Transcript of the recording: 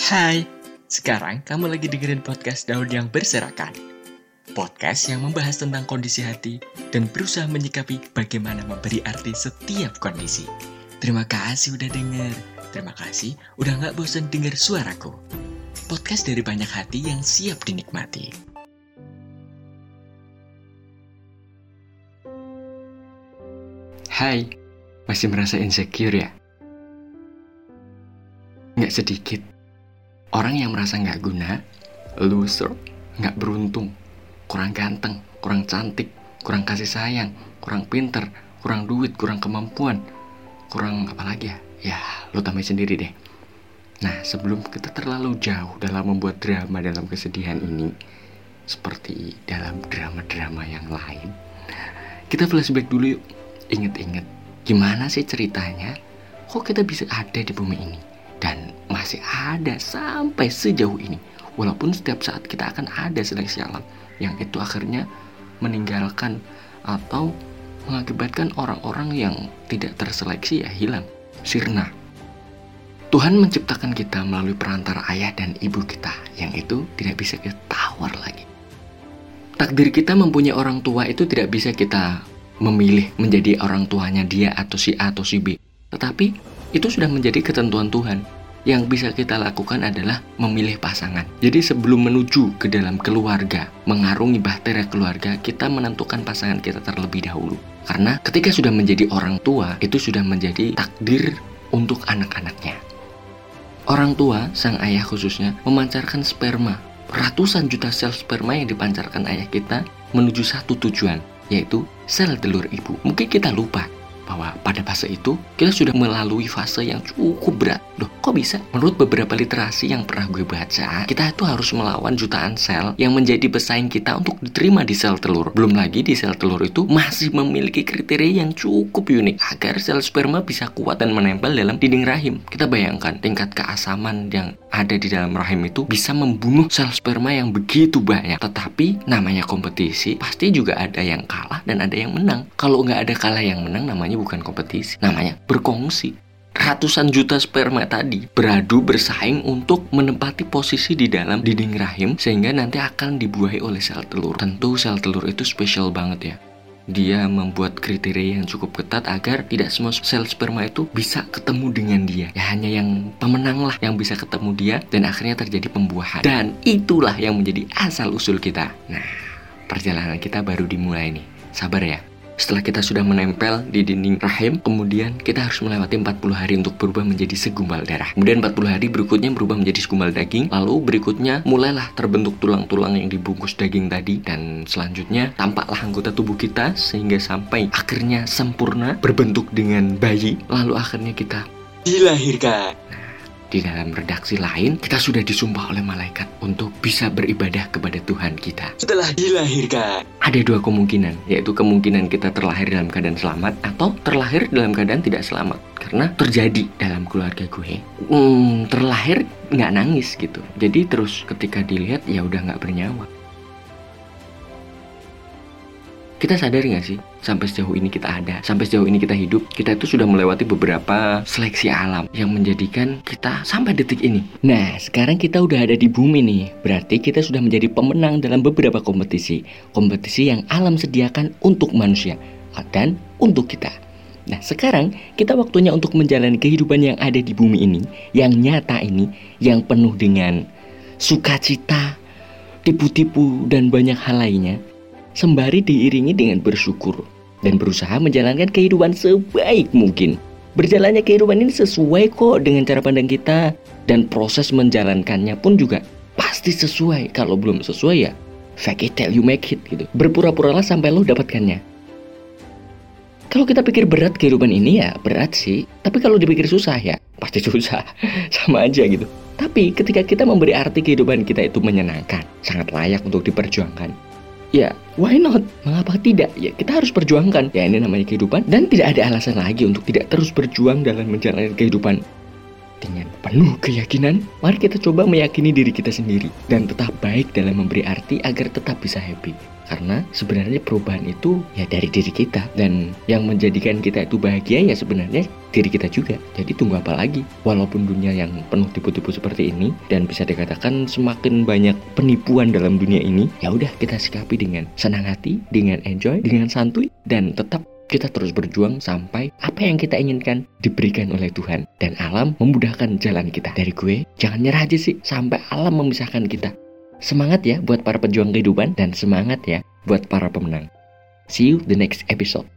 Hai, sekarang kamu lagi dengerin podcast Daun yang Berserakan. Podcast yang membahas tentang kondisi hati dan berusaha menyikapi bagaimana memberi arti setiap kondisi. Terima kasih udah denger. Terima kasih udah gak bosan denger suaraku. Podcast dari banyak hati yang siap dinikmati. Hai, masih merasa insecure ya? Nggak sedikit orang yang merasa nggak guna, loser, nggak beruntung, kurang ganteng, kurang cantik, kurang kasih sayang, kurang pinter, kurang duit, kurang kemampuan, kurang apa lagi ya? Ya, lo tambahin sendiri deh. Nah, sebelum kita terlalu jauh dalam membuat drama dalam kesedihan ini, seperti dalam drama-drama yang lain, kita flashback dulu yuk. Ingat-ingat, gimana sih ceritanya? Kok kita bisa ada di bumi ini? Dan masih ada sampai sejauh ini. Walaupun setiap saat kita akan ada seleksi alam, yang itu akhirnya meninggalkan atau mengakibatkan orang-orang yang tidak terseleksi ya hilang, sirna. Tuhan menciptakan kita melalui perantara ayah dan ibu kita, yang itu tidak bisa kita tawar lagi. Takdir kita mempunyai orang tua itu tidak bisa kita memilih menjadi orang tuanya dia atau si A atau si B. Tetapi itu sudah menjadi ketentuan Tuhan. Yang bisa kita lakukan adalah memilih pasangan. Jadi sebelum menuju ke dalam keluarga, mengarungi bahtera keluarga, kita menentukan pasangan kita terlebih dahulu. Karena ketika sudah menjadi orang tua, itu sudah menjadi takdir untuk anak-anaknya. Orang tua, sang ayah khususnya, memancarkan sperma. Ratusan juta sel sperma yang dipancarkan ayah kita menuju satu tujuan, yaitu sel telur ibu. Mungkin kita lupa bahwa pada fase itu kita sudah melalui fase yang cukup berat. Loh, kok bisa? Menurut beberapa literasi yang pernah gue baca, kita itu harus melawan jutaan sel yang menjadi pesaing kita untuk diterima di sel telur. Belum lagi di sel telur itu masih memiliki kriteria yang cukup unik agar sel sperma bisa kuat dan menempel dalam dinding rahim. Kita bayangkan tingkat keasaman yang ada di dalam rahim itu bisa membunuh sel sperma yang begitu banyak. Tetapi namanya kompetisi, pasti juga ada yang kalah dan ada yang menang. Kalau nggak ada kalah yang menang, namanya bukan kompetisi, namanya berkongsi. Ratusan juta sperma tadi beradu bersaing untuk menempati posisi di dalam dinding rahim sehingga nanti akan dibuahi oleh sel telur. Tentu sel telur itu spesial banget ya. Dia membuat kriteria yang cukup ketat agar tidak semua sel sperma itu bisa ketemu dengan dia. Ya hanya yang pemenang lah yang bisa ketemu dia dan akhirnya terjadi pembuahan. Dan itulah yang menjadi asal usul kita. Nah, perjalanan kita baru dimulai nih. Sabar ya. Setelah kita sudah menempel di dinding rahim, kemudian kita harus melewati 40 hari untuk berubah menjadi segumpal darah. Kemudian 40 hari berikutnya berubah menjadi segumpal daging. Lalu berikutnya mulailah terbentuk tulang-tulang yang dibungkus daging tadi. Dan selanjutnya tampaklah anggota tubuh kita sehingga sampai akhirnya sempurna berbentuk dengan bayi. Lalu akhirnya kita dilahirkan. Di dalam redaksi lain, kita sudah disumpah oleh malaikat untuk bisa beribadah kepada Tuhan kita. Setelah dilahirkan, ada dua kemungkinan, yaitu kemungkinan kita terlahir dalam keadaan selamat atau terlahir dalam keadaan tidak selamat. Karena terjadi dalam keluarga gue, terlahir nggak nangis gitu. Jadi terus ketika dilihat ya udah nggak bernyawa. Kita sadar gak sih, sampai sejauh ini kita ada, sampai sejauh ini kita hidup, kita itu sudah melewati beberapa seleksi alam yang menjadikan kita sampai detik ini. Nah, sekarang kita udah ada di bumi nih, berarti kita sudah menjadi pemenang dalam beberapa kompetisi. Kompetisi yang alam sediakan untuk manusia dan untuk kita. Nah, sekarang kita waktunya untuk menjalani kehidupan yang ada di bumi ini, yang nyata ini, yang penuh dengan sukacita, tipu-tipu, dan banyak hal lainnya. Sembari diiringi dengan bersyukur dan berusaha menjalankan kehidupan sebaik mungkin. Berjalannya kehidupan ini sesuai kok dengan cara pandang kita, dan proses menjalankannya pun juga pasti sesuai. Kalau belum sesuai ya fake it till you make it gitu. Berpura-puralah sampai lo dapatkannya. Kalau kita pikir berat kehidupan ini ya berat sih, tapi kalau dipikir susah ya pasti susah. Sama aja gitu. Tapi ketika kita memberi arti kehidupan kita itu menyenangkan, sangat layak untuk diperjuangkan. Ya, why not? Mengapa tidak? Ya, kita harus perjuangkan. Ya, ini namanya kehidupan. Dan tidak ada alasan lagi untuk tidak terus berjuang dalam menjalani kehidupan. Dengan penuh keyakinan, mari kita coba meyakini diri kita sendiri. Dan tetap baik dalam memberi arti agar tetap bisa happy. Karena sebenarnya perubahan itu ya dari diri kita. Dan yang menjadikan kita itu bahagia ya sebenarnya diri kita juga. Jadi tunggu apa lagi? Walaupun dunia yang penuh tipu-tipu seperti ini, dan bisa dikatakan semakin banyak penipuan dalam dunia ini, ya udah kita sikapi dengan senang hati, dengan enjoy, dengan santuy, dan tetap kita terus berjuang sampai apa yang kita inginkan diberikan oleh Tuhan. Dan alam memudahkan jalan kita. Dari gue, jangan nyerah aja sih sampai alam memisahkan kita. Semangat ya buat para pejuang kehidupan, dan semangat ya buat para pemenang. See you the next episode.